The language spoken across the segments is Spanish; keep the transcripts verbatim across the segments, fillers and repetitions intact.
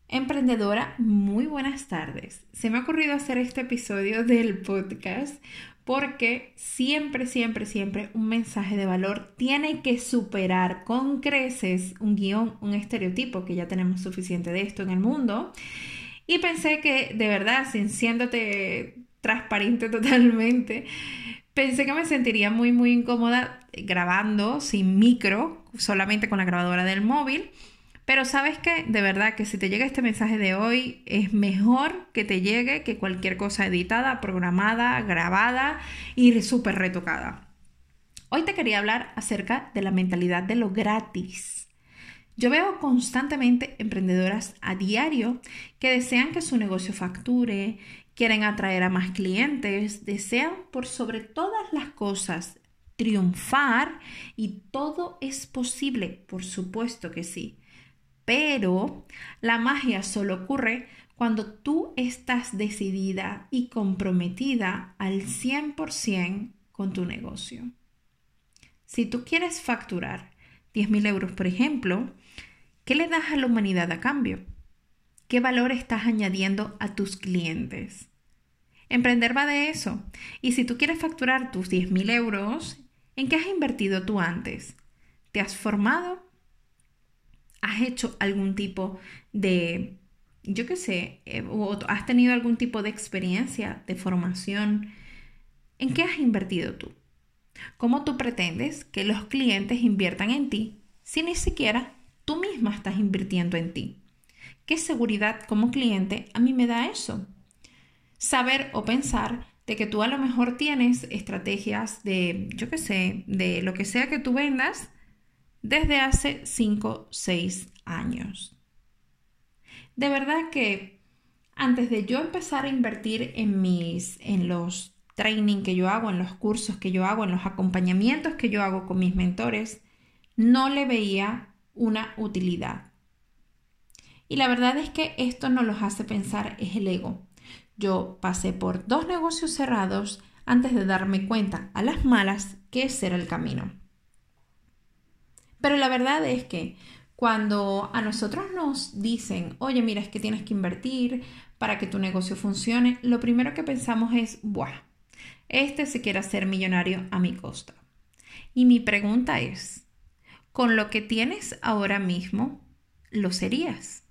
Emprendedora, muy buenas tardes. Se me ha ocurrido hacer este episodio del podcast porque siempre, siempre, siempre un mensaje de valor tiene que superar con creces un guión, un estereotipo, que ya tenemos suficiente de esto en el mundo. Y pensé que, de verdad, sin siéndote transparente totalmente, pensé que me sentiría muy, muy incómoda grabando sin micro, solamente con la grabadora del móvil. Pero sabes que de verdad que si te llega este mensaje de hoy es mejor que te llegue que cualquier cosa editada, programada, grabada y súper retocada. Hoy te quería hablar acerca de la mentalidad de lo gratis. Yo veo constantemente emprendedoras a diario que desean que su negocio facture, quieren atraer a más clientes, desean por sobre todas las cosas triunfar y todo es posible, por supuesto que sí. Pero la magia solo ocurre cuando tú estás decidida y comprometida al cien por ciento con tu negocio. Si tú quieres facturar diez mil euros, por ejemplo, ¿qué le das a la humanidad a cambio? ¿Qué valor estás añadiendo a tus clientes? Emprender va de eso. Y si tú quieres facturar tus diez mil euros, ¿en qué has invertido tú antes? ¿Te has formado? ¿Has hecho algún tipo de, yo qué sé, eh, o has tenido algún tipo de experiencia, de formación? ¿En qué has invertido tú? ¿Cómo tú pretendes que los clientes inviertan en ti si ni siquiera tú misma estás invirtiendo en ti? ¿Qué seguridad como cliente a mí me da eso? Saber o pensar de que tú a lo mejor tienes estrategias de, yo qué sé, de lo que sea que tú vendas, desde hace cinco o seis años. De verdad que antes de yo empezar a invertir en mis, en los training que yo hago, en los cursos que yo hago, en los acompañamientos que yo hago con mis mentores, no le veía una utilidad. Y la verdad es que esto nos los hace pensar es el ego. Yo pasé por dos negocios cerrados antes de darme cuenta a las malas que ese era el camino. Pero la verdad es que cuando a nosotros nos dicen, oye, mira, es que tienes que invertir para que tu negocio funcione, lo primero que pensamos es, ¡buah! Este se quiere hacer millonario a mi costa. Y mi pregunta es, ¿con lo que tienes ahora mismo, lo serías?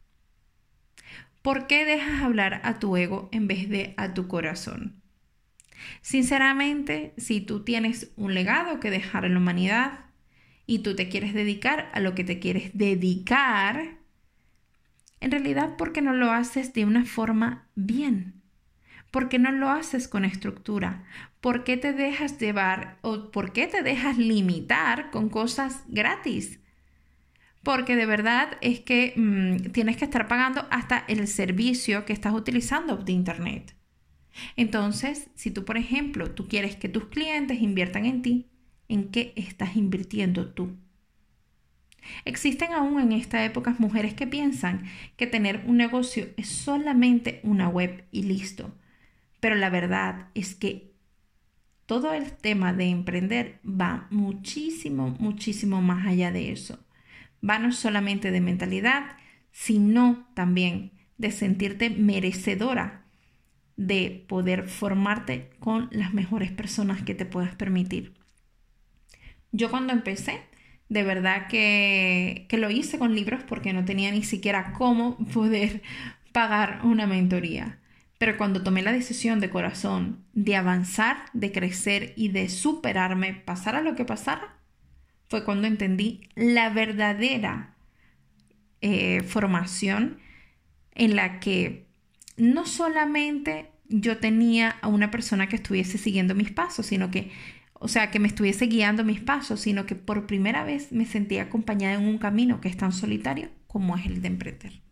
¿Por qué dejas hablar a tu ego en vez de a tu corazón? Sinceramente, si tú tienes un legado que dejar en la humanidad, y tú te quieres dedicar a lo que te quieres dedicar, en realidad, ¿por qué no lo haces de una forma bien? ¿Por qué no lo haces con estructura? ¿Por qué te dejas llevar o por qué te dejas limitar con cosas gratis? Porque de verdad es que mmm, tienes que estar pagando hasta el servicio que estás utilizando de internet. Entonces, si tú, por ejemplo, tú quieres que tus clientes inviertan en ti, ¿en qué estás invirtiendo tú? Existen aún en esta época mujeres que piensan que tener un negocio es solamente una web y listo. Pero la verdad es que todo el tema de emprender va muchísimo, muchísimo más allá de eso. Va no solamente de mentalidad, sino también de sentirte merecedora de poder formarte con las mejores personas que te puedas permitir. Yo cuando empecé, de verdad que, que lo hice con libros porque no tenía ni siquiera cómo poder pagar una mentoría. Pero cuando tomé la decisión de corazón de avanzar, de crecer y de superarme, pasara lo que pasara, fue cuando entendí la verdadera eh, formación en la que no solamente yo tenía a una persona que estuviese siguiendo mis pasos, sino que O sea, que me estuviese guiando mis pasos, sino que por primera vez me sentía acompañada en un camino que es tan solitario como es el de emprender.